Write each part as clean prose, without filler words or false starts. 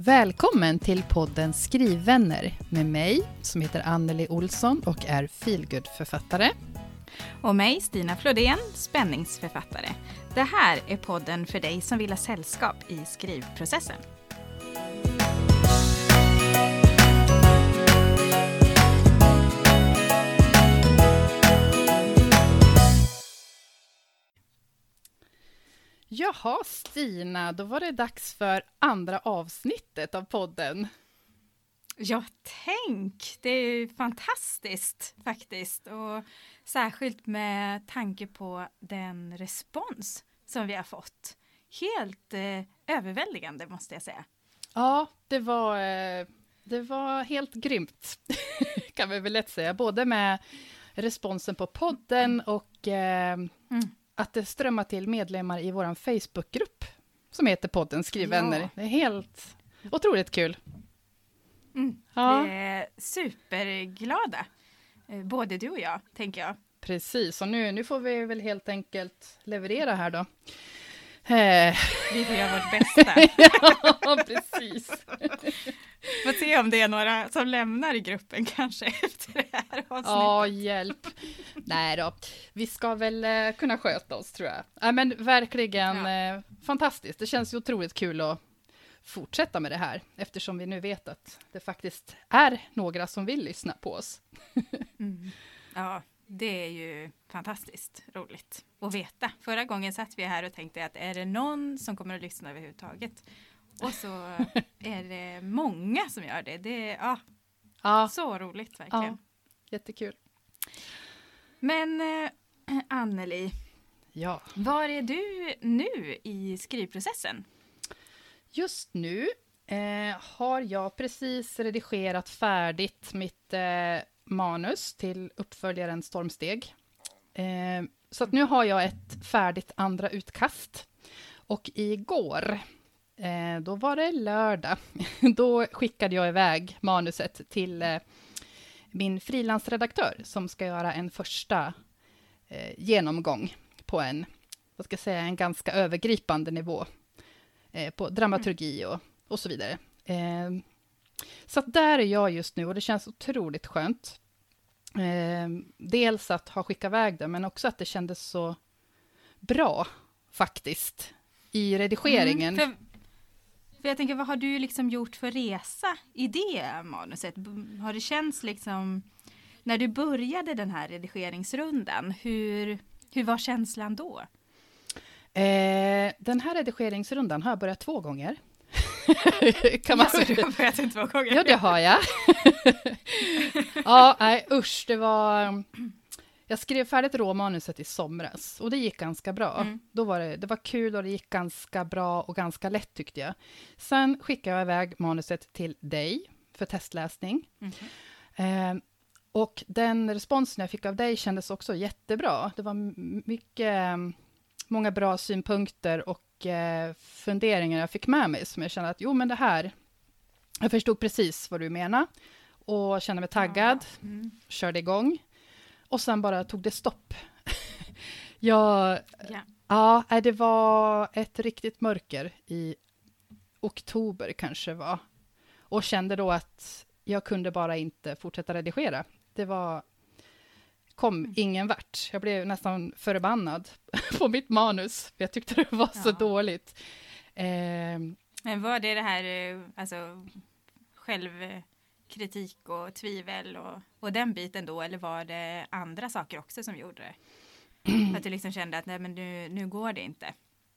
Välkommen till podden Skrivvänner med mig som heter Anneli Olsson och är feelgood-författare. Och mig, Stina Flodén, spänningsförfattare. Det här är podden för dig som vill ha sällskap i skrivprocessen. Jaha Stina, då var det dags för andra avsnittet av podden. Ja, tänk! Det är ju fantastiskt faktiskt. Och särskilt med tanke på den respons som vi har fått. Helt överväldigande måste jag säga. Ja, det var helt grymt kan vi väl lätt säga. Både med responsen på podden och att det strömmar till medlemmar i vår Facebookgrupp som heter podden Skrivvänner. Ja. Det är helt otroligt kul. Ja. Vi är superglada, både du och jag, tänker jag. Precis, och nu får vi väl helt enkelt leverera här då. Vi får göra vårt bästa. Ja, precis. Får se om det är några som lämnar i gruppen kanske efter det här avsnittet. Ja, hjälp. Nej då, vi ska väl kunna sköta oss tror jag. Ja, men verkligen fantastiskt. Det känns ju otroligt kul att fortsätta med det här eftersom vi nu vet att det faktiskt är några som vill lyssna på oss. Ja, det är ju fantastiskt roligt att veta. Förra gången satt vi här och tänkte att är det någon som kommer att lyssna överhuvudtaget? Och så är det många som gör det. Det är så roligt verkligen. Ja, jättekul. Men Anneli, var är du nu i skrivprocessen? Just nu har jag precis redigerat färdigt mitt manus till uppföljaren Stormsteg. Så att nu har jag ett färdigt andra utkast. Och igår, då var det lördag, då skickade jag iväg manuset till min frilansredaktör som ska göra en första genomgång på en ganska övergripande nivå på dramaturgi och så vidare. Så att där är jag just nu och det känns otroligt skönt. Dels att ha skickat iväg det men också att det kändes så bra faktiskt i redigeringen. För jag tänker, vad har du liksom gjort för resa i det manuset? Har det känts liksom, när du började den här redigeringsrundan, hur var känslan då? Den här redigeringsrundan har jag börjat 2 gånger. Kan man säga? Du har börjat 2 gånger? Ja, det har jag. Ja, nej, usch, det var... Jag skrev färdigt råmanuset i somras och det gick ganska bra. Då var det var kul och det gick ganska bra och ganska lätt tyckte jag. Sen skickade jag iväg manuset till dig för testläsning. Och den responsen jag fick av dig kändes också jättebra. Det var många bra synpunkter och funderingar jag fick med mig som jag kände att men det här, jag förstod precis vad du menar och kände mig taggad, körde igång och sen bara tog det stopp. Det var ett riktigt mörker i oktober kanske var och kände då att jag kunde bara inte fortsätta redigera. Kom ingen vart. Jag blev nästan förbannad på mitt manus. För jag tyckte det var så dåligt. Men var det här alltså, självkritik och tvivel och den biten då? Eller var det andra saker också som gjorde det? Att du liksom kände att nej, men nu går det inte.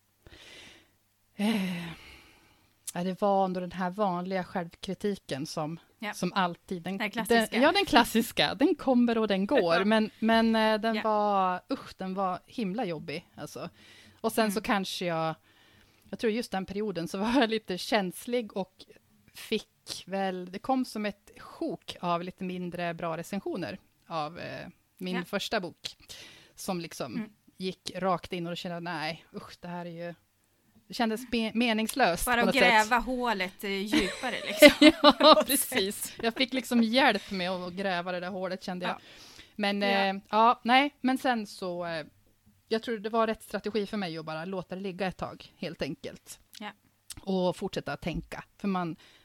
Det var ändå den här vanliga självkritiken som alltid. Den klassiska. Den klassiska. Den kommer och den går. Men den var himla jobbig. Alltså. Och sen så kanske jag tror just den perioden så var jag lite känslig och fick väl, det kom som ett sjok av lite mindre bra recensioner av min första bok. Som liksom gick rakt in och kände nej, det här är ju... Det kändes meningslöst. Bara att gräva hålet djupare liksom. Ja, precis. Jag fick liksom hjälp med att gräva det där hålet kände jag. Men men sen så jag tror det var rätt strategi för mig att bara låta det ligga ett tag helt enkelt. Ja. Och fortsätta tänka. För man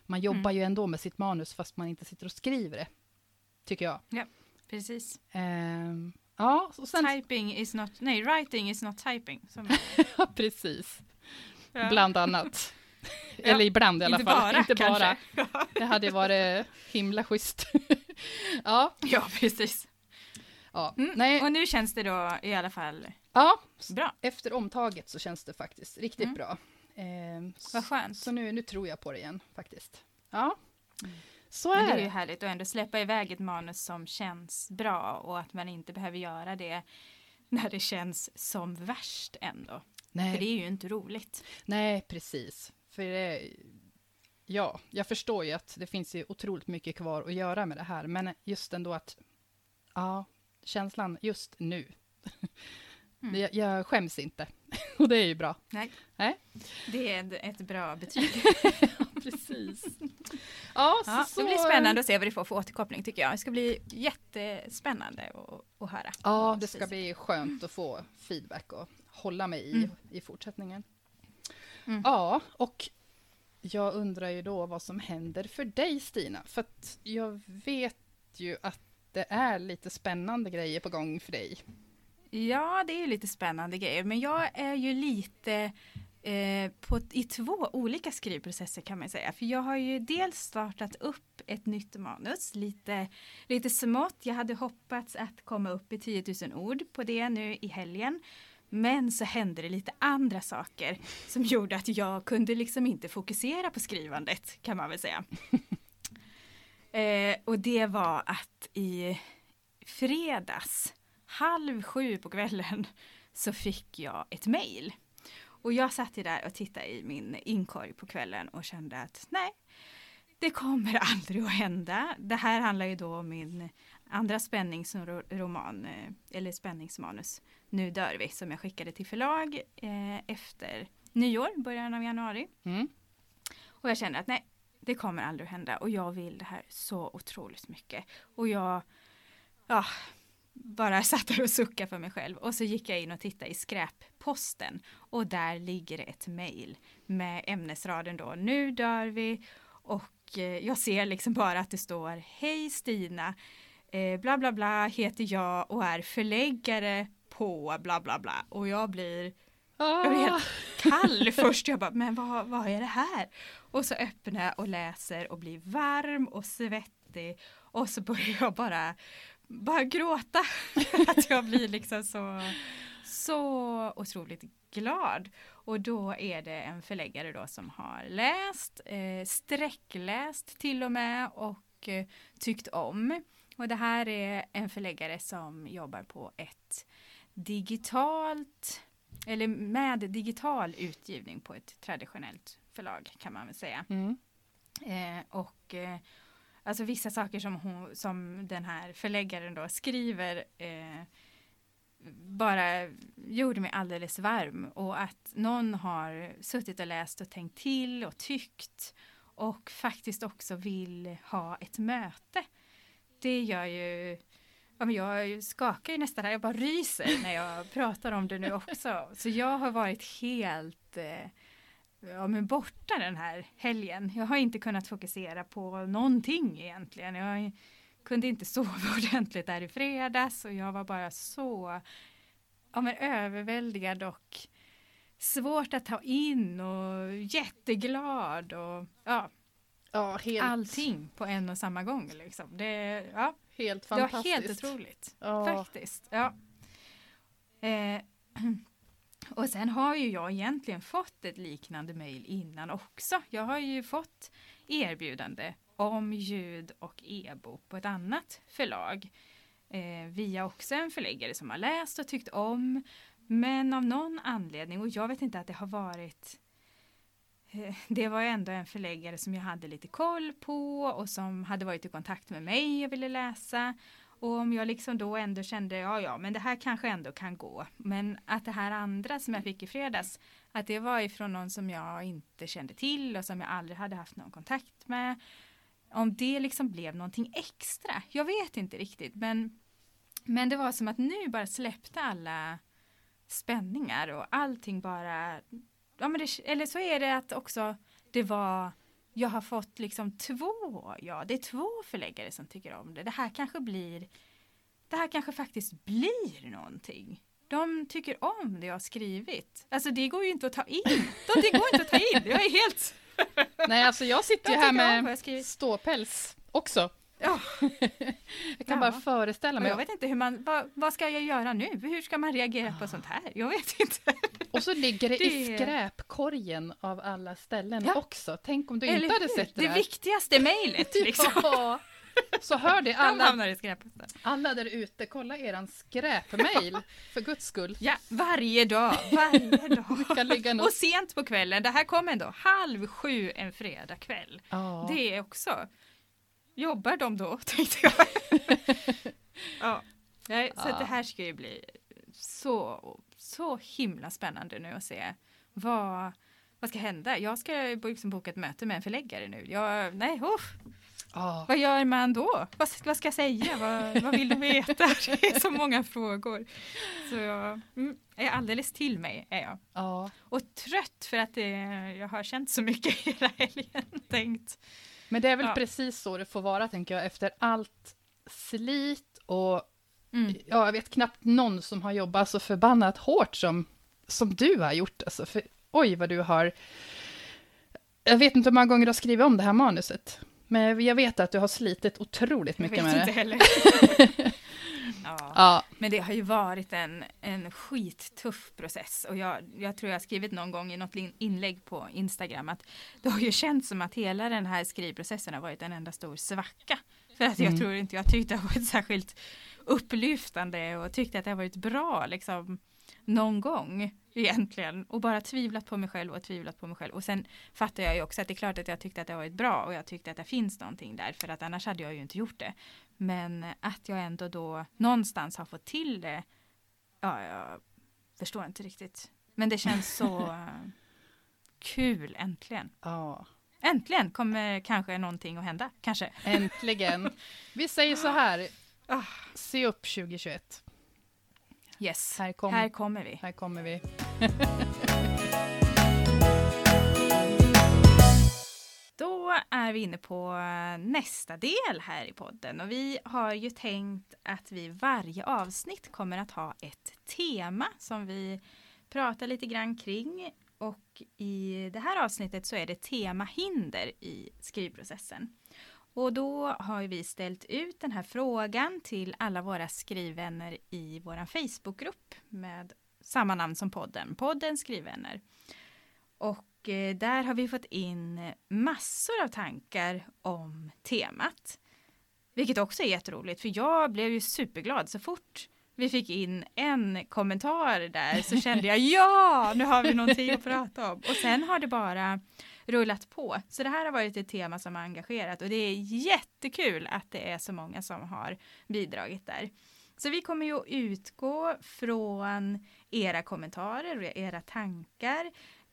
man jobbar ju ändå med sitt manus fast man inte sitter och skriver det. Tycker jag. Ja, precis. Ja, och sen... Writing is not typing. Ja, precis. Ja. Bland annat. Eller ibland i alla fall. Inte bara. Det hade varit himla schysst. Ja, precis. Ja. Nej. Och nu känns det då i alla fall bra. Efter omtaget så känns det faktiskt riktigt bra. Vad skönt. Så nu tror jag på det igen faktiskt. Ja, så Men är det det. är ju härligt att ändå släppa iväg ett manus som känns bra och att man inte behöver göra det när det känns som värst ändå. Nej. För det är ju inte roligt. Nej, precis. För ja, jag förstår ju att det finns ju otroligt mycket kvar att göra med det här. Men just ändå att, känslan just nu. Jag skäms inte. Och det är ju bra. Nej. Det är ett bra betyg. Precis. Ja, det blir spännande att se vad det får för återkoppling tycker jag. Det ska bli jättespännande att höra. Ja, det ska bli skönt att få feedback och hålla mig i fortsättningen. Ja, och jag undrar ju då vad som händer för dig, Stina. För att jag vet ju att det är lite spännande grejer på gång för dig. Ja, det är ju lite spännande grejer. Men jag är ju lite i 2 olika skrivprocesser kan man säga. För jag har ju dels startat upp ett nytt manus, lite smått. Jag hade hoppats att komma upp i 10 000 ord på det nu i helgen. Men så hände det lite andra saker som gjorde att jag kunde liksom inte fokusera på skrivandet kan man väl säga. Och det var att i fredags 6:30 på kvällen så fick jag ett mejl. Och jag satt där och tittade i min inkorg på kvällen och kände att nej, det kommer aldrig att hända. Det här handlar ju då om min andra spänningsroman, eller spänningsmanus, Nu dör vi, som jag skickade till förlag efter nyår, början av januari. Och jag kände att nej, det kommer aldrig att hända. Och jag vill det här så otroligt mycket. Och jag bara satt där och suckade för mig själv. Och så gick jag in och tittade i skräpposten. Och där ligger det ett mejl med ämnesraden då. Nu dör vi. Och jag ser liksom bara att det står: Hej Stina, bla bla bla heter jag och är förläggare på bla bla bla. Och jag blir helt kall först. Jag bara, men vad är det här? Och så öppnar jag och läser och blir varm och svettig. Och så börjar jag bara gråta. Att jag blir liksom så otroligt glad. Och då är det en förläggare då som har läst, sträckläst till och med och tyckt om. Och det här är en förläggare som jobbar på ett med digital utgivning på ett traditionellt förlag kan man väl säga. Alltså vissa saker som den här förläggaren då skriver bara gjorde mig alldeles varm. Och att någon har suttit och läst och tänkt till och tyckt och faktiskt också vill ha ett möte. Det gör ju... jag skakar ju nästan här, jag bara ryser när jag pratar om det nu också. Så jag har varit helt borta den här helgen. Jag har inte kunnat fokusera på någonting egentligen. Jag kunde inte sova ordentligt där i fredags och jag var bara så överväldigad och svårt att ta in och jätteglad och helt... allting på en och samma gång liksom. Helt fantastiskt. Det var helt otroligt faktiskt. Ja. Och sen har ju jag egentligen fått ett liknande mejl innan också. Jag har ju fått erbjudande om ljud och e-bok på ett annat förlag. Via också en förläggare som har läst och tyckt om. Men av någon anledning, och jag vet inte att det har varit... Det var ändå en förläggare som jag hade lite koll på och som hade varit i kontakt med mig och ville läsa. Och om jag liksom då ändå kände, men det här kanske ändå kan gå. Men att det här andra som jag fick i fredags, att det var ifrån någon som jag inte kände till och som jag aldrig hade haft någon kontakt med. Om det liksom blev någonting extra, jag vet inte riktigt. Men det var som att nu bara släppte alla spänningar och allting bara... eller så är det att också det var jag har fått liksom det är 2 förläggare som tycker om det. Det här kanske faktiskt blir någonting. De tycker om det jag har skrivit. Alltså det går ju inte att ta in. Det går inte att ta in. Jag är helt... Nej, alltså jag sitter ju här med ståpäls också. Ja. Jag kan bara föreställa mig. Jag vet inte vad ska jag göra nu? Hur ska man reagera på sånt här? Jag vet inte. Och så ligger det i skräpkorgen av alla ställen också. Tänk om du inte hade sett det där. Det viktigaste mejlet liksom. Ja. Så hör det alla där ute, kolla eran skräpmail för Guds skull. Ja, varje dag. Och sent på kvällen, det här kommer ändå 6:30 en fredagkväll. Det är också, jobbar de då, tänkte jag. Så det här ska ju bli så himla spännande nu att se vad ska hända. Jag ska liksom boka ett möte med en förläggare nu. Vad gör man då? Vad ska jag säga? Vad vill du veta? Det är så många frågor. Så jag är alldeles till mig. Är jag. Och trött för att jag har känt så mycket hela helgen. Tänkt. Men det är väl precis så det får vara, tänker jag. Efter allt slit och jag vet knappt någon som har jobbat så förbannat hårt som du har gjort. Alltså, oj vad du har... Jag vet inte hur många gånger du har skrivit om det här manuset. Men jag vet att du har slitit otroligt mycket med det. Jag vet inte heller. Men det har ju varit en skittuff process. Och jag tror jag har skrivit någon gång i något inlägg på Instagram att det har ju känts som att hela den här skrivprocessen har varit en enda stor svacka. För att jag tror inte jag tyckte det har varit särskilt upplyftande och tyckte att det har varit bra liksom någon gång egentligen och bara tvivlat på mig själv. Och sen fattar jag ju också att det är klart att jag tyckte att det har varit bra och jag tyckte att det finns någonting där för att annars hade jag ju inte gjort det. Men att jag ändå då någonstans har fått till det, jag förstår inte riktigt. Men det känns så kul äntligen. Äntligen kommer kanske någonting att hända, kanske. Äntligen. Vi säger så här, se upp 2021. Yes, här kommer vi. Då är vi inne på nästa del här i podden. Och vi har ju tänkt att vi varje avsnitt kommer att ha ett tema som vi pratar lite grann kring. Och i det här avsnittet så är det tema hinder i skrivprocessen. Och då har vi ställt ut den här frågan till alla våra skrivvänner i vår Facebookgrupp med samma namn som podden Skrivvänner. Och där har vi fått in massor av tankar om temat. Vilket också är jätteroligt för jag blev ju superglad så fort vi fick in en kommentar där så kände jag nu har vi någonting att prata om. Och sen har det bara rullat på. Så det här har varit ett tema som har engagerat och det är jättekul att det är så många som har bidragit där. Så vi kommer ju utgå från era kommentarer och era tankar.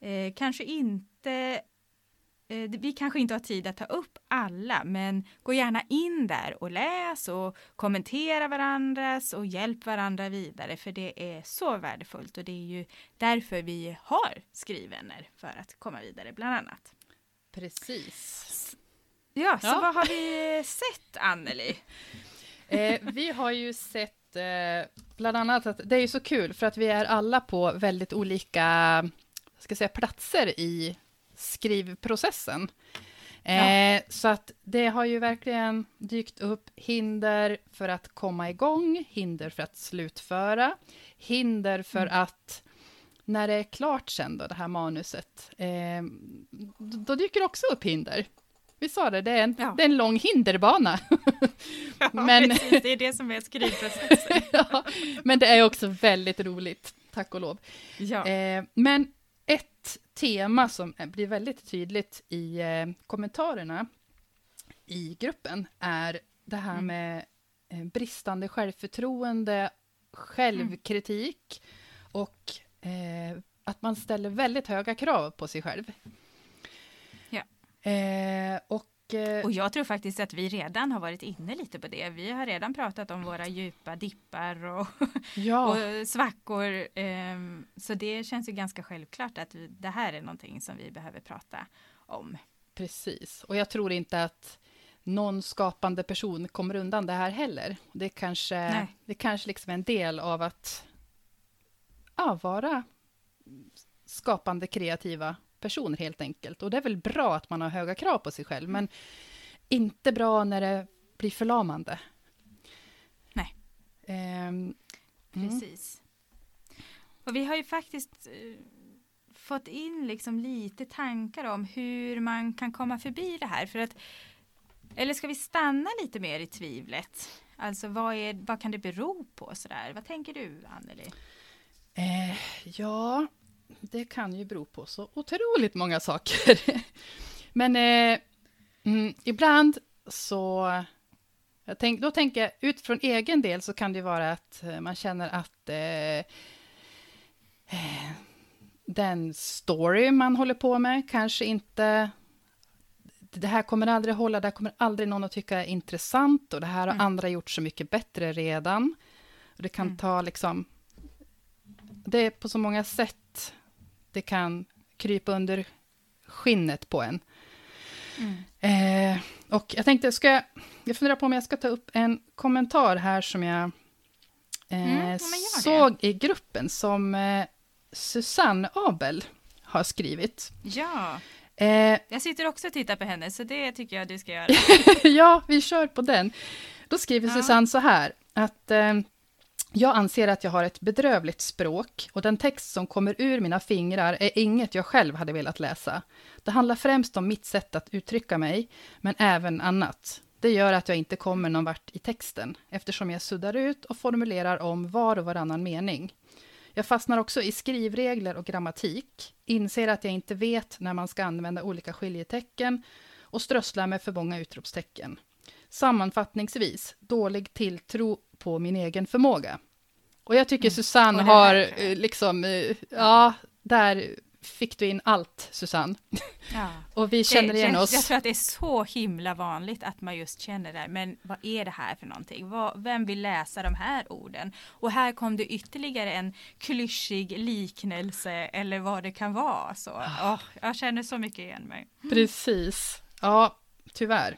Vi kanske inte har tid att ta upp alla, men gå gärna in där och läs och kommentera varandras och hjälp varandra vidare för det är så värdefullt och det är ju därför vi har skrivvänner för att komma vidare bland annat. Precis. Ja, så vad har vi sett, Anneli? Vi har ju sett bland annat att det är ju så kul för att vi är alla på väldigt olika platser i skrivprocessen. Så att det har ju verkligen dykt upp hinder för att komma igång, hinder för att slutföra, hinder för att när det är klart sen då, det här manuset, då dyker det också upp hinder. Vi sa det, det är en lång hinderbana. Men precis, det är det som är skrivprocessen. Men det är också väldigt roligt, tack och lov. Ja. Men ett tema som blir väldigt tydligt i kommentarerna i gruppen är det här med bristande självförtroende, självkritik och att man ställer väldigt höga krav på sig själv. Ja. Och jag tror faktiskt att vi redan har varit inne lite på det. Vi har redan pratat om våra djupa dippar och svackor. Så det känns ju ganska självklart att det här är någonting som vi behöver prata om. Precis. Och jag tror inte att någon skapande person kommer undan det här heller. Det är kanske liksom en del av att vara skapande kreativa personer helt enkelt. Och det är väl bra att man har höga krav på sig själv, men inte bra när det blir förlamande. Nej. Precis. Och vi har ju faktiskt fått in liksom lite tankar om hur man kan komma förbi det här. Eller ska vi stanna lite mer i tvivlet? Alltså vad kan det bero på sådär? Vad tänker du, Anneli? Ja, det kan ju bero på så otroligt många saker. Men ibland så... Då tänker jag, utifrån egen del så kan det vara att man känner att den story man håller på med kanske inte... Det här kommer aldrig hålla, det här kommer aldrig någon att tycka är intressant och det här har andra gjort så mycket bättre redan. Och det kan ta liksom... Det är på så många sätt det kan krypa under skinnet på en. Och jag tänkte, jag funderar på om jag ska ta upp en kommentar här som jag såg i gruppen som Susanne Abel har skrivit. Ja, jag sitter också och tittar på henne, så det tycker jag du ska göra. Ja, vi kör på den. Då skriver Susanne så här, att jag anser att jag har ett bedrövligt språk och den text som kommer ur mina fingrar är inget jag själv hade velat läsa. Det handlar främst om mitt sätt att uttrycka mig, men även annat. Det gör att jag inte kommer någon vart i texten, eftersom jag suddar ut och formulerar om var och varannan mening. Jag fastnar också i skrivregler och grammatik, inser att jag inte vet när man ska använda olika skiljetecken och strösslar med för många utropstecken. Sammanfattningsvis, dålig tilltro på min egen förmåga. Och jag tycker Susanne har där fick du in allt, Susanne. Ja. Och vi känner igen oss. Jag tror att det är så himla vanligt att man just känner det. Men vad är det här för någonting? Vem vill läsa de här orden? Och här kom det ytterligare en klyschig liknelse eller vad det kan vara. Så, jag känner så mycket igen mig. Precis. Ja, tyvärr.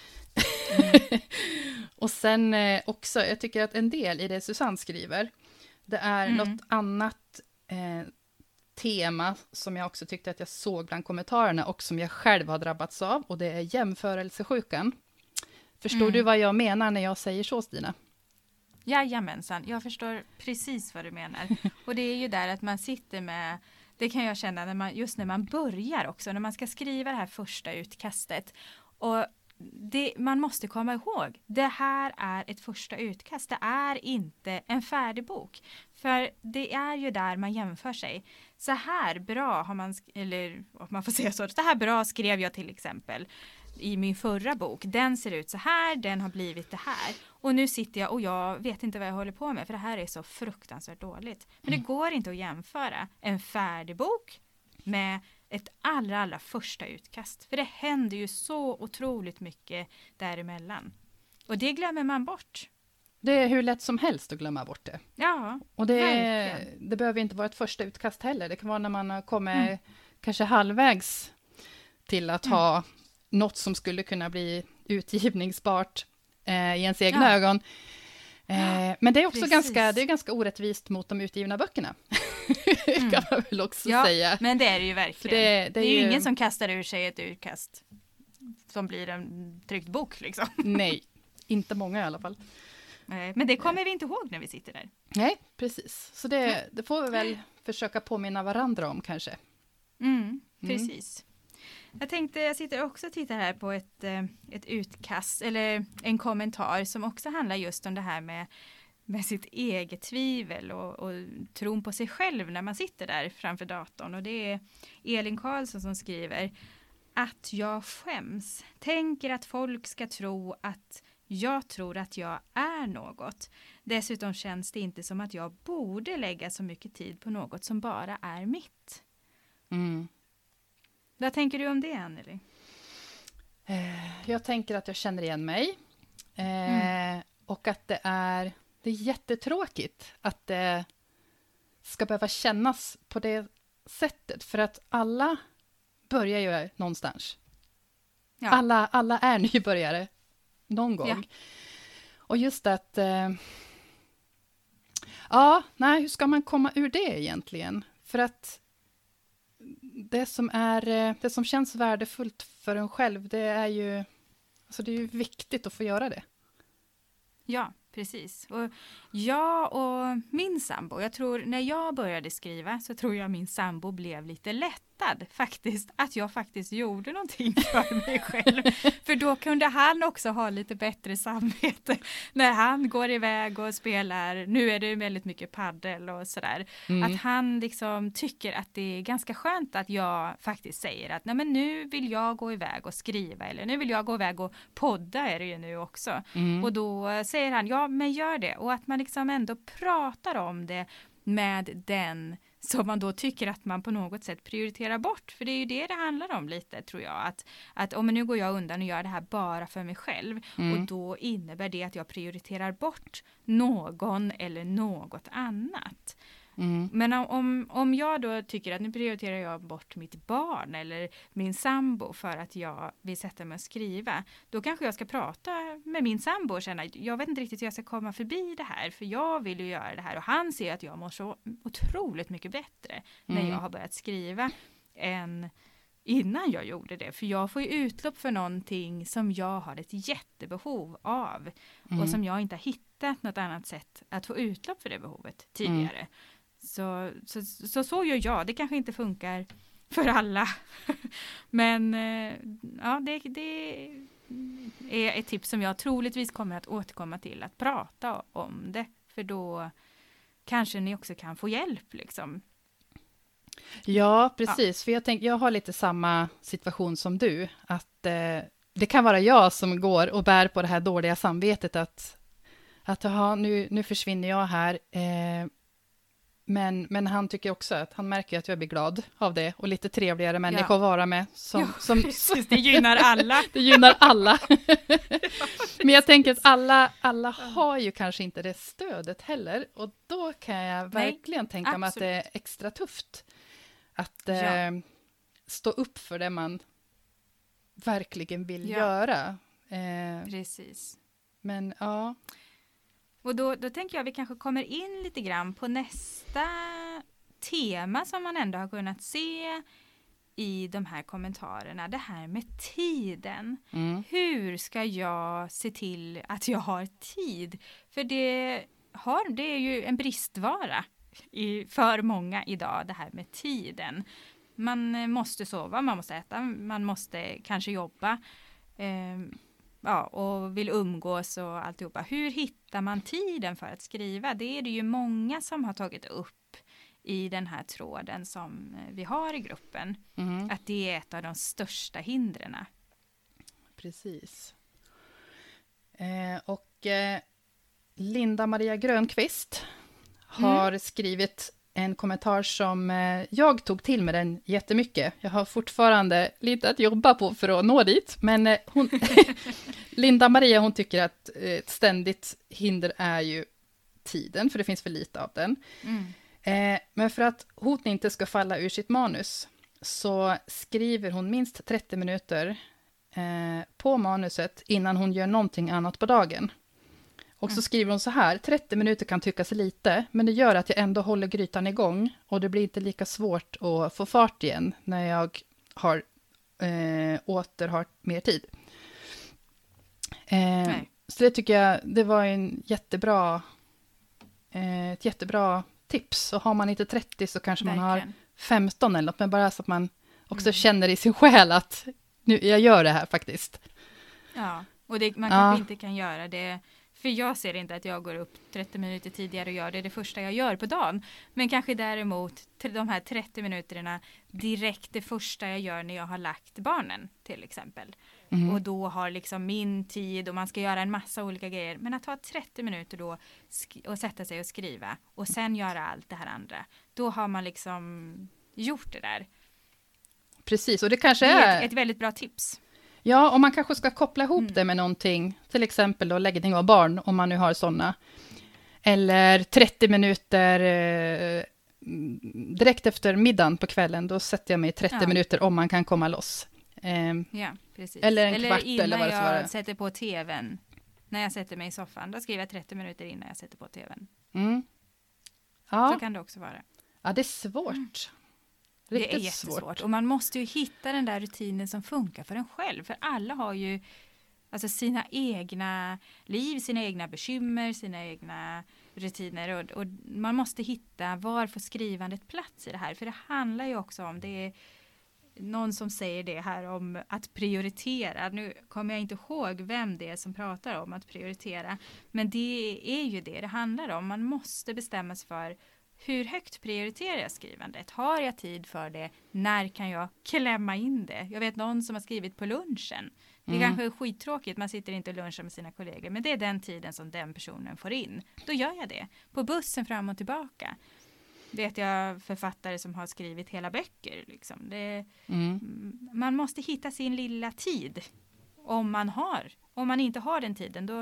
Och sen också, jag tycker att en del i det Susanne skriver, det är något annat tema som jag också tyckte att jag såg bland kommentarerna och som jag själv har drabbats av, och det är jämförelsesjukan. Förstår du vad jag menar när jag säger så, Stina? Jajamensan, jag förstår precis vad du menar. Och det är ju där att man sitter med, det kan jag känna när man börjar också, när man ska skriva det här första utkastet. Och man måste komma ihåg, det här är ett första utkast, det är inte en färdig bok. För det är ju där man jämför sig. Så här bra har man, eller om man får säga så här bra skrev jag till exempel i min förra bok. Den ser ut så här, den har blivit det här. Och nu sitter jag och jag vet inte vad jag håller på med, för det här är så fruktansvärt dåligt. Men det går inte att jämföra en färdig bok med ett allra första utkast. För det händer ju så otroligt mycket däremellan. Och det glömmer man bort. Det är hur lätt som helst att glömma bort det. Ja, och det behöver inte vara ett första utkast heller. Det kan vara när man har kommit kanske halvvägs till att ha något som skulle kunna bli utgivningsbart i ens egna ögon. Men det är också ganska orättvist mot de utgivna böckerna. Kan man väl också säga. Men det är det ju verkligen. Det är ju ingen som kastar ur sig ett utkast som blir en tryckt bok liksom. Nej, inte många i alla fall. Men det kommer vi inte ihåg när vi sitter där. Nej, precis. Så det får vi väl försöka påminna varandra om kanske. Precis. Jag sitter också och tittar här på ett utkast eller en kommentar som också handlar just om det här med sitt eget tvivel och tron på sig själv när man sitter där framför datorn. Och det är Elin Karlsson som skriver att jag skäms. Tänker att folk ska tro att jag tror att jag är något. Dessutom känns det inte som att jag borde lägga så mycket tid på något som bara är mitt. Vad tänker du om det, Anneli? Jag tänker att jag känner igen mig. Och att det är jättetråkigt att det ska behöva kännas på det sättet. För att alla börjar ju någonstans. Ja. Alla är nybörjare någon gång. Ja. Och just att... hur ska man komma ur det egentligen? För att det som känns värdefullt för en själv, det är ju viktigt att få göra det. Ja, precis. Och jag och min sambo, jag tror när jag började skriva så tror jag min sambo blev lite lättad faktiskt, att jag faktiskt gjorde någonting för mig själv. För då kunde han också ha lite bättre samvete när han går iväg och spelar, nu är det väldigt mycket paddel och sådär. Att han liksom tycker att det är ganska skönt att jag faktiskt säger att nej, men nu vill jag gå iväg och skriva, eller nu vill jag gå iväg och podda är det ju nu också. Och då säger han, ja men gör det. Och att man liksom ändå pratar om det med den som man då tycker att man på något sätt prioriterar bort. För det är ju det handlar om lite, tror jag. Att om nu går jag undan och gör det här bara för mig själv. Och då innebär det att jag prioriterar bort någon eller något annat. Men om jag då tycker att nu prioriterar jag bort mitt barn eller min sambo för att jag vill sätta mig och skriva, då kanske jag ska prata med min sambo och känna, jag vet inte riktigt hur jag ska komma förbi det här, för jag vill ju göra det här och han ser att jag mår så otroligt mycket bättre när jag har börjat skriva än innan jag gjorde det, för jag får ju utlopp för någonting som jag har ett jättebehov av och som jag inte har hittat något annat sätt att få utlopp för det behovet tidigare. Så gör jag. Det kanske inte funkar för alla. Men ja, det är ett tips som jag troligtvis kommer att återkomma till. Att prata om det. För då kanske ni också kan få hjälp liksom. Ja, precis. För jag har lite samma situation som du. Att det kan vara jag som går och bär på det här dåliga samvetet. Att nu försvinner jag här. Men han tycker också att han märker att jag blir glad av det och lite trevligare människor att vara med. Det gynnar alla. Det gynnar alla. Men jag tänker att alla har ju kanske inte det stödet heller. Och då kan jag verkligen tänka mig att det är extra tufft. Att stå upp för det man verkligen vill göra. Precis. Men ja... Och då tänker jag att vi kanske kommer in lite grann på nästa tema som man ändå har kunnat se i de här kommentarerna. Det här med tiden. Hur ska jag se till att jag har tid? För det är ju en bristvara för många idag, det här med tiden. Man måste sova, man måste äta, man måste kanske jobba. Och vill umgås och alltihopa. Hur hittar man tiden för att skriva? Det är det ju många som har tagit upp i den här tråden som vi har i gruppen. Att det är ett av de största hindren. Precis. Linda Maria Grönqvist har skrivit en kommentar som jag tog till med den jättemycket. Jag har fortfarande lite att jobba på för att nå dit. Men Linda Maria, hon tycker att ett ständigt hinder är ju tiden, för det finns för lite av den. Men för att hon inte ska falla ur sitt manus så skriver hon minst 30 minuter på manuset innan hon gör någonting annat på dagen. Och så skriver hon så här: 30 minuter kan tyckas lite, men det gör att jag ändå håller grytan igång och det blir inte lika svårt att få fart igen när jag åter har mer tid. Så det tycker jag, det var ett jättebra tips. Och har man inte 30 så kanske man har 15 eller något, men bara så att man också känner i sin själ att nu, jag gör det här faktiskt. Ja, och man kanske inte kan göra det. För jag ser inte att jag går upp 30 minuter tidigare och gör det första jag gör på dagen. Men kanske däremot de här 30 minuterna direkt det första jag gör när jag har lagt barnen till exempel. Och då har liksom min tid och man ska göra en massa olika grejer. Men att ta 30 minuter då och sätta sig och skriva och sen göra allt det här andra. Då har man liksom gjort det där. Precis, och det kanske är ett väldigt bra tips. Ja, och man kanske ska koppla ihop det med någonting. Till exempel då läggning av barn, om man nu har sådana. Eller 30 minuter direkt efter middagen på kvällen. Då sätter jag mig 30 minuter om man kan komma loss. Ja, precis. Eller en kvart innan eller vad det ska vara. jag sätter på tvn. När jag sätter mig i soffan, då skriver jag 30 minuter innan jag sätter på tvn. Ja. Så kan det också vara. Ja, det är svårt. Det är jättesvårt. Och man måste ju hitta den där rutinen som funkar för en själv. För alla har ju alltså sina egna liv, sina egna bekymmer, sina egna rutiner. Och man måste hitta var får skrivandet plats i det här. För det handlar ju också om, det är någon som säger det här om att prioritera. Nu kommer jag inte ihåg vem det är som pratar om att prioritera. Men det är ju det handlar om. Man måste bestämma sig för hur högt prioriterar jag skrivandet? Har jag tid för det? När kan jag klämma in det? Jag vet någon som har skrivit på lunchen. Det kanske är skittråkigt, man sitter inte och lunchar med sina kollegor. Men det är den tiden som den personen får in. Då gör jag det. På bussen fram och tillbaka. Vet jag författare som har skrivit hela böcker. Liksom. Man måste hitta sin lilla tid. Om man inte har den tiden, då...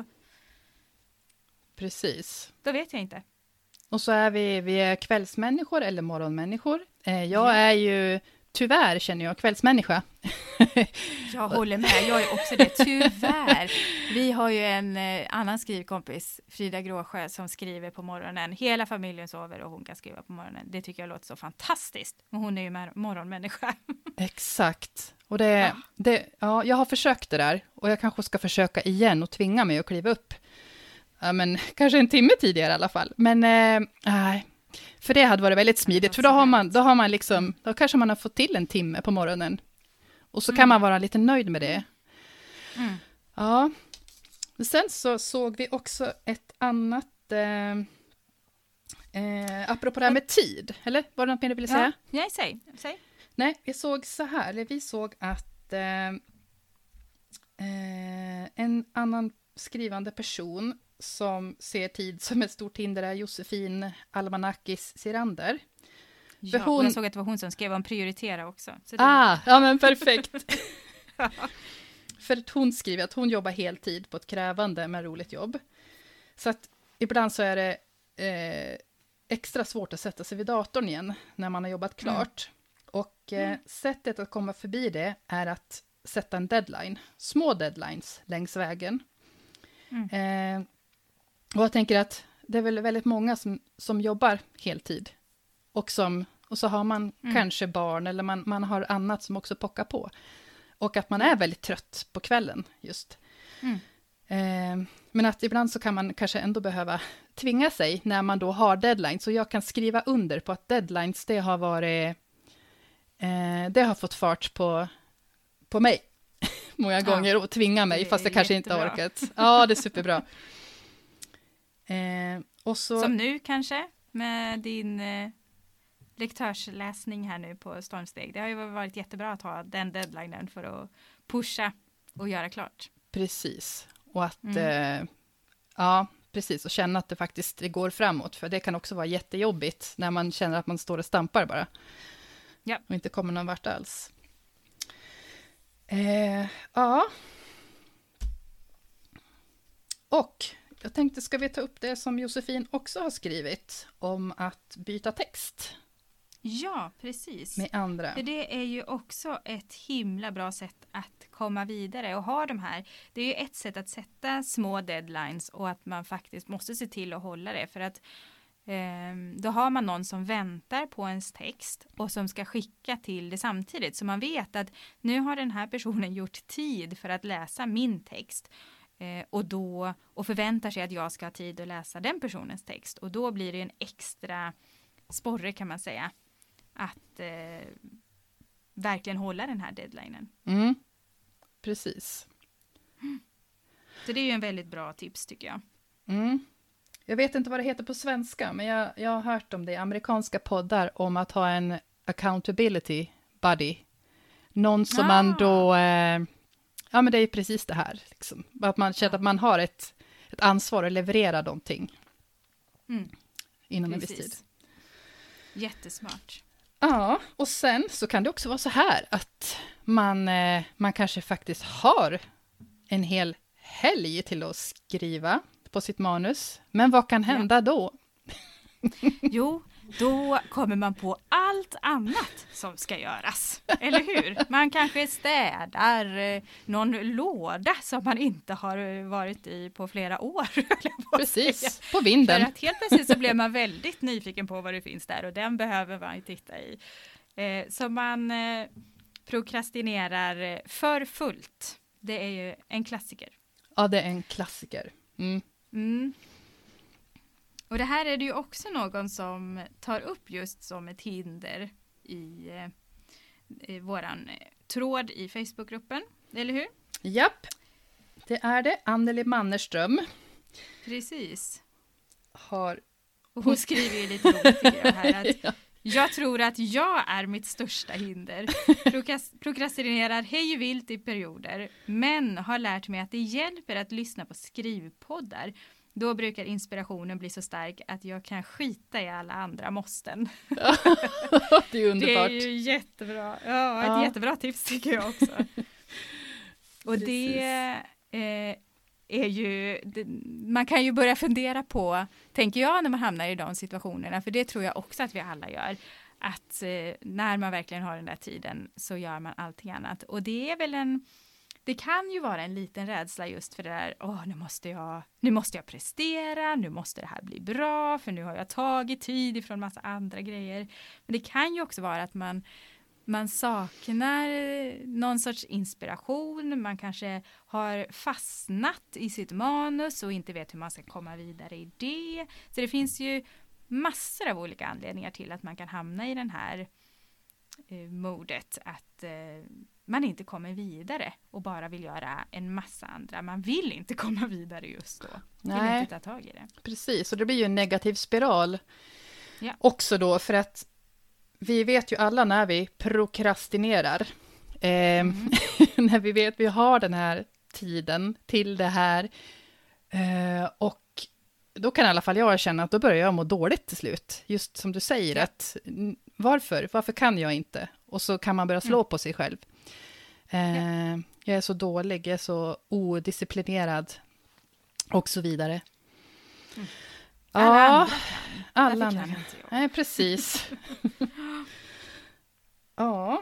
Precis. Då vet jag inte. Och så är vi är kvällsmänniskor eller morgonmänniskor. Jag är ju, tyvärr känner jag, kvällsmänniska. Jag håller med, jag är också det, tyvärr. Vi har ju en annan skrivkompis, Frida Gråsjö, som skriver på morgonen. Hela familjen sover och hon kan skriva på morgonen. Det tycker jag låter så fantastiskt. Och hon är ju morgonmänniska. Exakt. Och jag har försökt det där. Och jag kanske ska försöka igen och tvinga mig att kliva upp. Ja, men kanske en timme tidigare i alla fall. Men nej. För det hade varit väldigt smidigt. För då kanske man har fått till en timme på morgonen. Och så kan man vara lite nöjd med det. Ja. Sen så såg vi också ett annat... apropå det här med tid. Eller var det något mer du ville säga? Nej, säg. Nej, vi såg att en annan skrivande person som ser tid som ett stort hinder är Josefin Almanakis Sirander. Ja, jag såg att det var hon som skrev om prioritera också. Så ja men perfekt. För att hon skriver att hon jobbar heltid på ett krävande men roligt jobb. Så att ibland så är det extra svårt att sätta sig vid datorn igen när man har jobbat klart. Och sättet att komma förbi det är att sätta en deadline. Små deadlines längs vägen. Och jag tänker att det är väl väldigt många som jobbar heltid. Och så har man kanske barn eller man har annat som också pockar på. Och att man är väldigt trött på kvällen just. Men att ibland så kan man kanske ändå behöva tvinga sig när man då har deadlines. Så jag kan skriva under på att deadlines, det har fått fart på mig många gånger och tvinga mig fast jag kanske inte har orkat. Ja, det är superbra. Och så, som nu kanske med din lektörsläsning här nu på Stormsteg. Det har ju varit jättebra att ha den deadlinen för att pusha och göra klart. Precis. Och att precis, och känna att det faktiskt går framåt. För det kan också vara jättejobbigt när man känner att man står och stampar bara. Ja. Och inte kommer någon vart alls. Ja. Och jag tänkte, ska vi ta upp det som Josefin också har skrivit om att byta text? Ja, precis. Med andra. För det är ju också ett himla bra sätt att komma vidare och ha de här. Det är ju ett sätt att sätta små deadlines och att man faktiskt måste se till att hålla det. För att då har man någon som väntar på ens text och som ska skicka till det samtidigt. Så man vet att nu har den här personen gjort tid för att läsa min text. Och förväntar sig att jag ska ha tid att läsa den personens text. Och då blir det en extra sporre kan man säga. Att verkligen hålla den här deadlinen. Precis. Så det är ju en väldigt bra tips tycker jag. Jag vet inte vad det heter på svenska, men jag har hört om det i amerikanska poddar om att ha en accountability buddy. Någon som man då... ja, men det är precis det här. Liksom. Att man känner att man har ett ansvar att leverera någonting. Inom en viss tid. Jättesmart. Ja, och sen så kan det också vara så här att man kanske faktiskt har en hel helg till att skriva på sitt manus. Men vad kan hända då? Jo, då kommer man på allt annat som ska göras. Eller hur? Man kanske städar någon låda som man inte har varit i på flera år. Precis, på vinden. För att helt plötsligt så blir man väldigt nyfiken på vad det finns där och den behöver man ju titta i. Så man prokrastinerar för fullt. Det är ju en klassiker. Ja, det är en klassiker. Och det här är det ju också någon som tar upp just som ett hinder i våran tråd i Facebookgruppen, eller hur? Japp, det är det. Anneli Mannerström. Precis. Och hon skriver ju lite roligt tycker jag här att jag tror att jag är mitt största hinder. Prokrastinerar hej och vilt i perioder, men har lärt mig att det hjälper att lyssna på skrivpoddar. Då brukar inspirationen bli så stark att jag kan skita i alla andra måsten. Det är underbart. Det är ju jättebra. Ja, ett jättebra tips tycker jag också. Och det är ju, man kan ju börja fundera på, tänker jag när man hamnar i de situationerna, för det tror jag också att vi alla gör, att när man verkligen har den där tiden så gör man allting annat. Och det är väl det kan ju vara en liten rädsla just för det där, nu måste jag prestera, nu måste det här bli bra, för nu har jag tagit tid ifrån massa andra grejer. Men det kan ju också vara att man saknar någon sorts inspiration, man kanske har fastnat i sitt manus och inte vet hur man ska komma vidare i det. Så det finns ju massor av olika anledningar till att man kan hamna i den här modet att man inte kommer vidare och bara vill göra en massa andra. Man vill inte komma vidare just då. Nej. Vill inte ta tag i det. Precis, och det blir ju en negativ spiral också då, för att vi vet ju alla när vi prokrastinerar, när vi vet vi har den här tiden till det här, och då kan i alla fall jag känna att då börjar jag må dåligt till slut. Just som du säger, att varför kan jag inte? Och så kan man börja slå på sig själv. Jag är så dålig, jag är så odisciplinerad och så vidare. Alla andra kan inte jag. Nej, precis. Ja.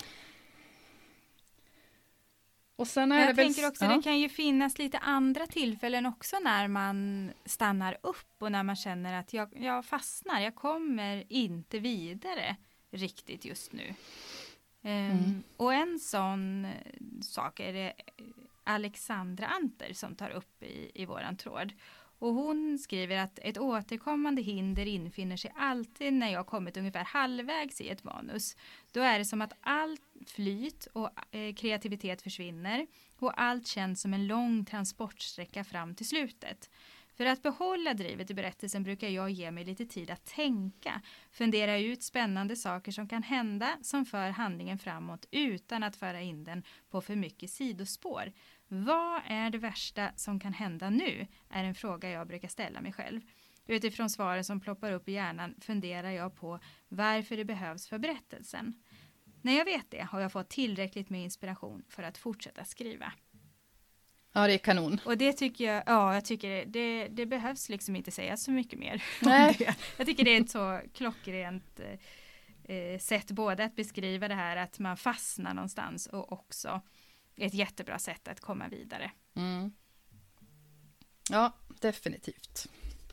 Och sen är jag tänker också, det kan ju finnas lite andra tillfällen också när man stannar upp och när man känner att jag fastnar, jag kommer inte vidare riktigt just nu. Och en sån sak är det Alexandra Anter som tar upp i våran tråd. Och hon skriver att ett återkommande hinder infinner sig alltid när jag kommit ungefär halvvägs i ett manus. Då är det som att allt flyt och kreativitet försvinner och allt känns som en lång transportsträcka fram till slutet. För att behålla drivet i berättelsen brukar jag ge mig lite tid att tänka, fundera ut spännande saker som kan hända som för handlingen framåt utan att föra in den på för mycket sidospår. Vad är det värsta som kan hända nu? Är en fråga jag brukar ställa mig själv. Utifrån svaren som ploppar upp i hjärnan funderar jag på varför det behövs för berättelsen. När jag vet det har jag fått tillräckligt med inspiration för att fortsätta skriva. Ja, det är kanon. Och det tycker jag tycker det behövs liksom inte säga så mycket mer. Nej. Jag tycker det är ett så klockrent sätt både att beskriva det här att man fastnar någonstans och också ett jättebra sätt att komma vidare. Ja, definitivt.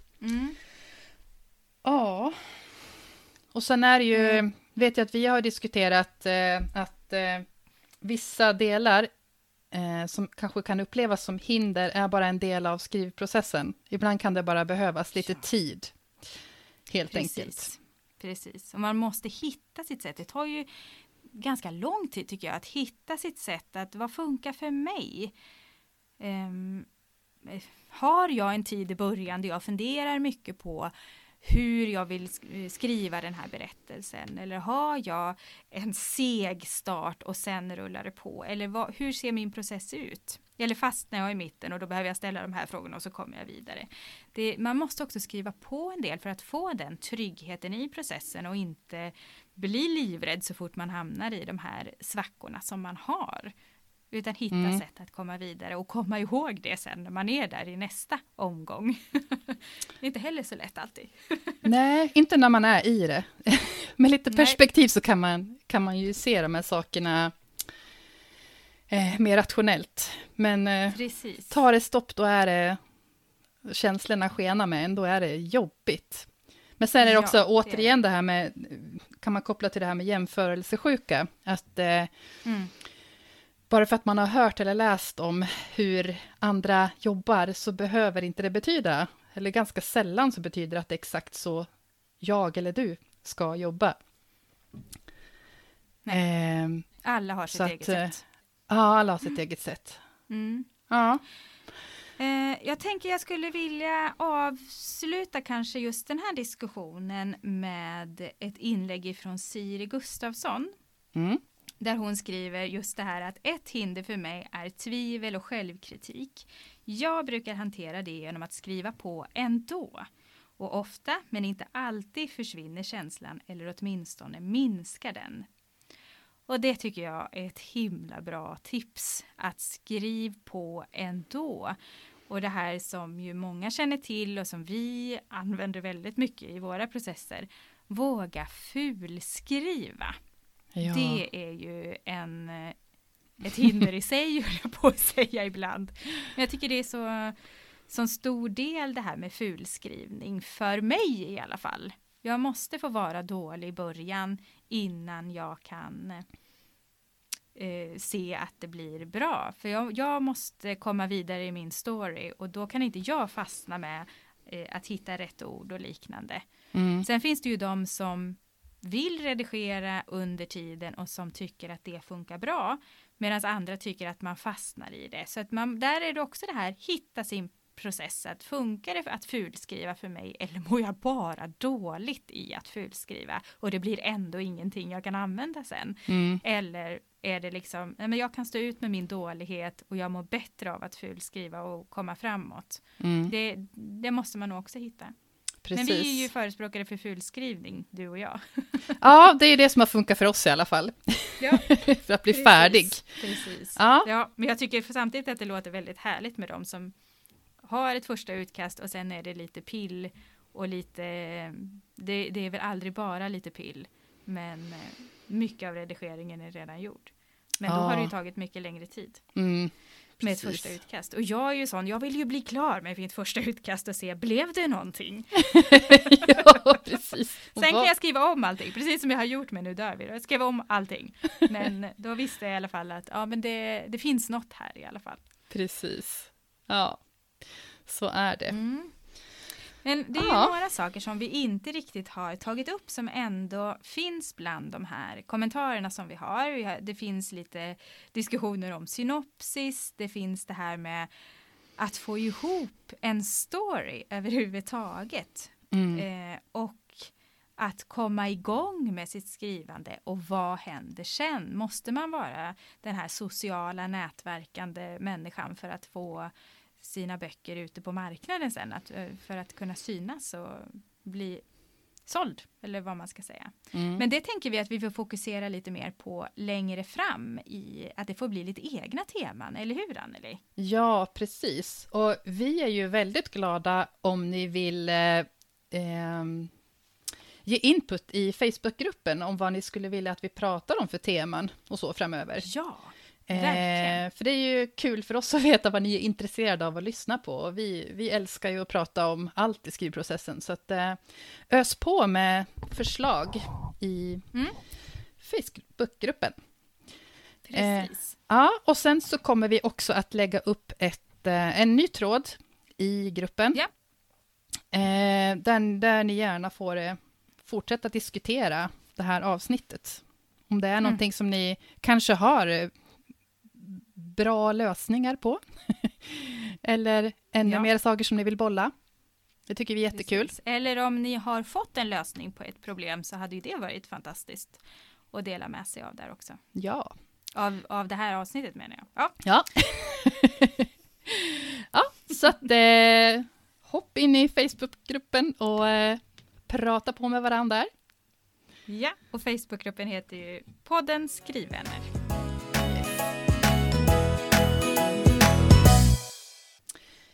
Ja. Och sen är det ju, vet jag att vi har diskuterat att vissa delar som kanske kan upplevas som hinder är bara en del av skrivprocessen. Ibland kan det bara behövas lite tid, helt enkelt. Precis, och man måste hitta sitt sätt. Det tar ju ganska lång tid tycker jag att hitta sitt sätt, att vad funkar för mig? Har jag en tid i början där jag funderar mycket på hur jag vill skriva den här berättelsen, eller har jag en seg start och sen rullar det på, eller hur ser min process ut? Eller fastnar jag i mitten och då behöver jag ställa de här frågorna och så kommer jag vidare. Man måste också skriva på en del för att få den tryggheten i processen och inte bli livrädd så fort man hamnar i de här svackorna som man har utan hitta sätt att komma vidare och komma ihåg det sen när man är där i nästa omgång. Det är inte heller så lätt alltid. Nej, inte när man är i det. Med lite perspektiv så kan man ju se de här sakerna mer rationellt. Men tar det stopp, då är det känslorna skena med en, då är det jobbigt. Men sen är det också återigen det här med, kan man koppla till det här med jämförelsesjuka, att bara för att man har hört eller läst om hur andra jobbar så behöver inte det betyda, eller ganska sällan så betyder det att det är exakt så jag eller du ska jobba. Alla har sitt eget sätt. Ja, alla har sitt eget sätt. Ja. Jag tänker jag skulle vilja avsluta kanske just den här diskussionen med ett inlägg från Siri Gustafsson. Där hon skriver just det här att ett hinder för mig är tvivel och självkritik. Jag brukar hantera det genom att skriva på ändå. Och ofta, men inte alltid, försvinner känslan eller åtminstone minskar den. Och det tycker jag är ett himla bra tips, att skriv på ändå. Och det här som ju många känner till och som vi använder väldigt mycket i våra processer, våga fulskriva. Ja. Det är ju ett hinder i sig, höll jag på att säga ibland. Men jag tycker det är så stor del det här med fulskrivning, för mig i alla fall. Jag måste få vara dålig i början innan jag kan se att det blir bra. För jag måste komma vidare i min story och då kan inte jag fastna med att hitta rätt ord och liknande. Sen finns det ju de som vill redigera under tiden och som tycker att det funkar bra, medan andra tycker att man fastnar i det. Så att där är det också det här, hitta sin process, att funkar det att fulskriva för mig eller mår jag bara dåligt i att fulskriva och det blir ändå ingenting jag kan använda sen. Eller är det liksom, men jag kan stå ut med min dålighet och jag mår bättre av att fulskriva och komma framåt. Det måste man nog också hitta. Precis. Men vi är ju förespråkare för fulskrivning, du och jag. Ja, det är det som har funkat för oss i alla fall. Ja. För att bli färdig. Precis. Ja. Ja, men jag tycker samtidigt att det låter väldigt härligt med dem som har ett första utkast och sen är det lite pill och lite, det är väl aldrig bara lite pill, men mycket av redigeringen är redan gjord. Men då har det ju tagit mycket längre tid. Med ett första utkast. Och jag är ju sån, jag vill ju bli klar med mitt första utkast och se, blev det någonting? Ja, precis. Sen kan jag skriva om allting, precis som jag har gjort med Nu dör vi. Jag skrev om allting. Men då visste jag i alla fall att men det finns något här i alla fall. Precis. Ja, så är det. Men det är ju några saker som vi inte riktigt har tagit upp som ändå finns bland de här kommentarerna som vi har. Det finns lite diskussioner om synopsis. Det finns det här med att få ihop en story överhuvudtaget. Och att komma igång med sitt skrivande och vad händer sen? Måste man vara den här sociala nätverkande människan för att få sina böcker ute på marknaden sen, för att kunna synas och bli såld, eller vad man ska säga. Men det tänker vi att vi får fokusera lite mer på längre fram, i att det får bli lite egna teman, eller hur, Anneli? Ja, precis. Och vi är ju väldigt glada om ni vill ge input i Facebookgruppen om vad ni skulle vilja att vi pratar om för teman och så framöver. Ja. För det är ju kul för oss att veta vad ni är intresserade av att lyssna på. Och vi älskar ju att prata om allt i skrivprocessen. Så att ös på med förslag i Facebookgruppen. Precis. Ja, och sen så kommer vi också att lägga upp en ny tråd i gruppen. Ja. Där ni gärna får fortsätta diskutera det här avsnittet. Om det är någonting som ni kanske har bra lösningar på. Eller ännu mer saker som ni vill bolla. Det tycker vi är jättekul. Precis. Eller om ni har fått en lösning på ett problem, så hade ju det varit fantastiskt att dela med sig av där också. Ja. Av det här avsnittet menar jag. Ja. Ja, så att hopp in i Facebookgruppen och prata på med varandra där. Ja, och Facebookgruppen heter ju podden Skrivvänner.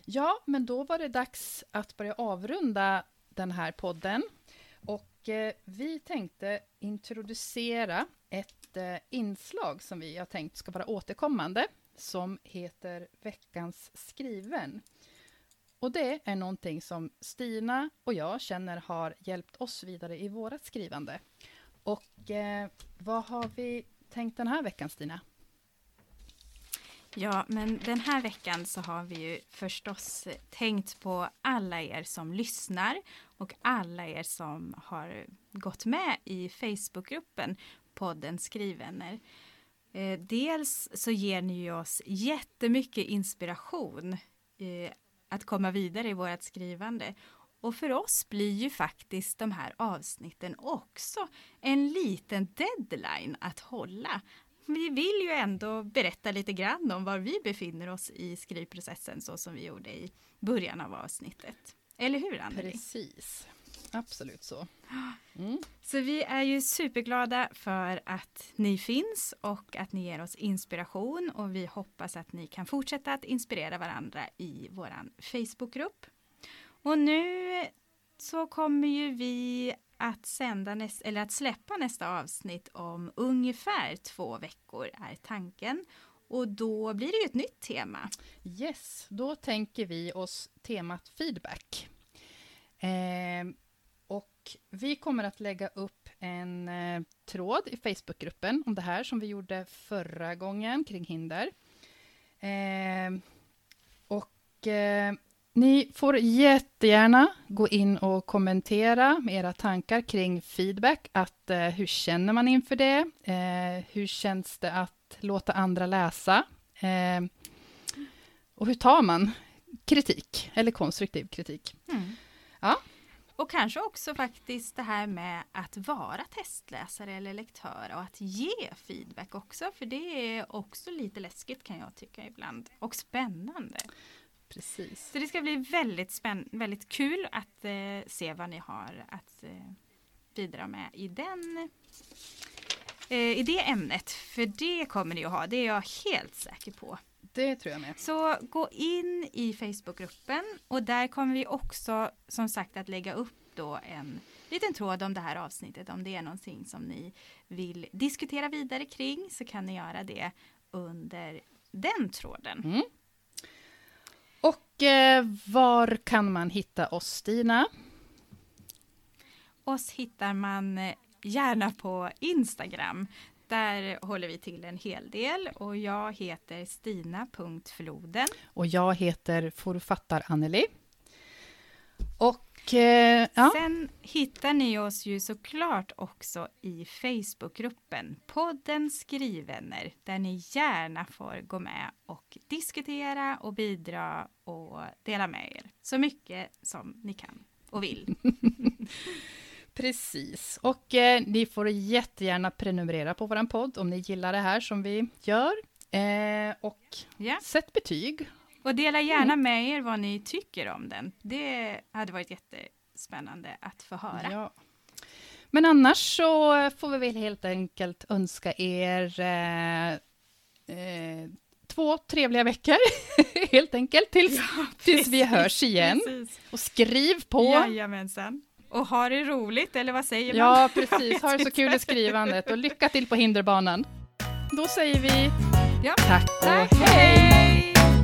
Ja, men då var det dags att börja avrunda den här podden. Och vi tänkte introducera ett inslag som vi har tänkt ska vara återkommande, som heter Veckans skriven. Och det är någonting som Stina och jag känner har hjälpt oss vidare i vårat skrivande. Och vad har vi tänkt den här veckan, Stina? Ja, men den här veckan så har vi ju förstås tänkt på alla er som lyssnar och alla er som har gått med i Facebookgruppen podden Skrivvänner. Dels så ger ni ju oss jättemycket inspiration att komma vidare i vårt skrivande. Och för oss blir ju faktiskt de här avsnitten också en liten deadline att hålla. Vi vill ju ändå berätta lite grann om var vi befinner oss i skrivprocessen så som vi gjorde i början av avsnittet. Eller hur, Anneli? Precis, absolut så. Så vi är ju superglada för att ni finns och att ni ger oss inspiration, och vi hoppas att ni kan fortsätta att inspirera varandra i våran Facebookgrupp. Och nu så kommer ju vi att släppa nästa avsnitt om ungefär 2 veckor är tanken. Och då blir det ju ett nytt tema. Yes, då tänker vi oss temat feedback. Och vi kommer att lägga upp en tråd i Facebookgruppen om det här som vi gjorde förra gången kring hinder. Ni får jättegärna gå in och kommentera med era tankar kring feedback. Hur känner man inför det? Hur känns det att låta andra läsa? Och hur tar man kritik eller konstruktiv kritik? Ja. Och kanske också faktiskt det här med att vara testläsare eller lektör och att ge feedback också. För det är också lite läskigt, kan jag tycka ibland. Och spännande. Precis. Så det ska bli väldigt kul att se vad ni har att bidra med i det ämnet. För det kommer ni att ha, det är jag helt säker på. Det tror jag med. Så gå in i Facebookgruppen, och där kommer vi också som sagt att lägga upp då en liten tråd om det här avsnittet. Om det är någonting som ni vill diskutera vidare kring, så kan ni göra det under den tråden. Och var kan man hitta oss, Stina? Oss hittar man gärna på Instagram. Där håller vi till en hel del, och jag heter Stina.floden. Och jag heter Forfattar Anneli. Och Sen hittar ni oss ju såklart också i Facebookgruppen podden Skrivvänner, där ni gärna får gå med och diskutera och bidra och dela med er så mycket som ni kan och vill. Precis, och ni får jättegärna prenumerera på våran podd om ni gillar det här som vi gör. Och sätt betyg. Och dela gärna med er vad ni tycker om den. Det hade varit jättespännande att få höra. Ja. Men annars så får vi väl helt enkelt önska er 2 trevliga veckor. Helt enkelt tills vi hörs igen. Precis. Och skriv på. Jajamensan. Och ha det roligt, eller vad säger man? Ja, precis. Ha det så kul i skrivandet. Och lycka till på hinderbanan. Då säger vi tack och hej!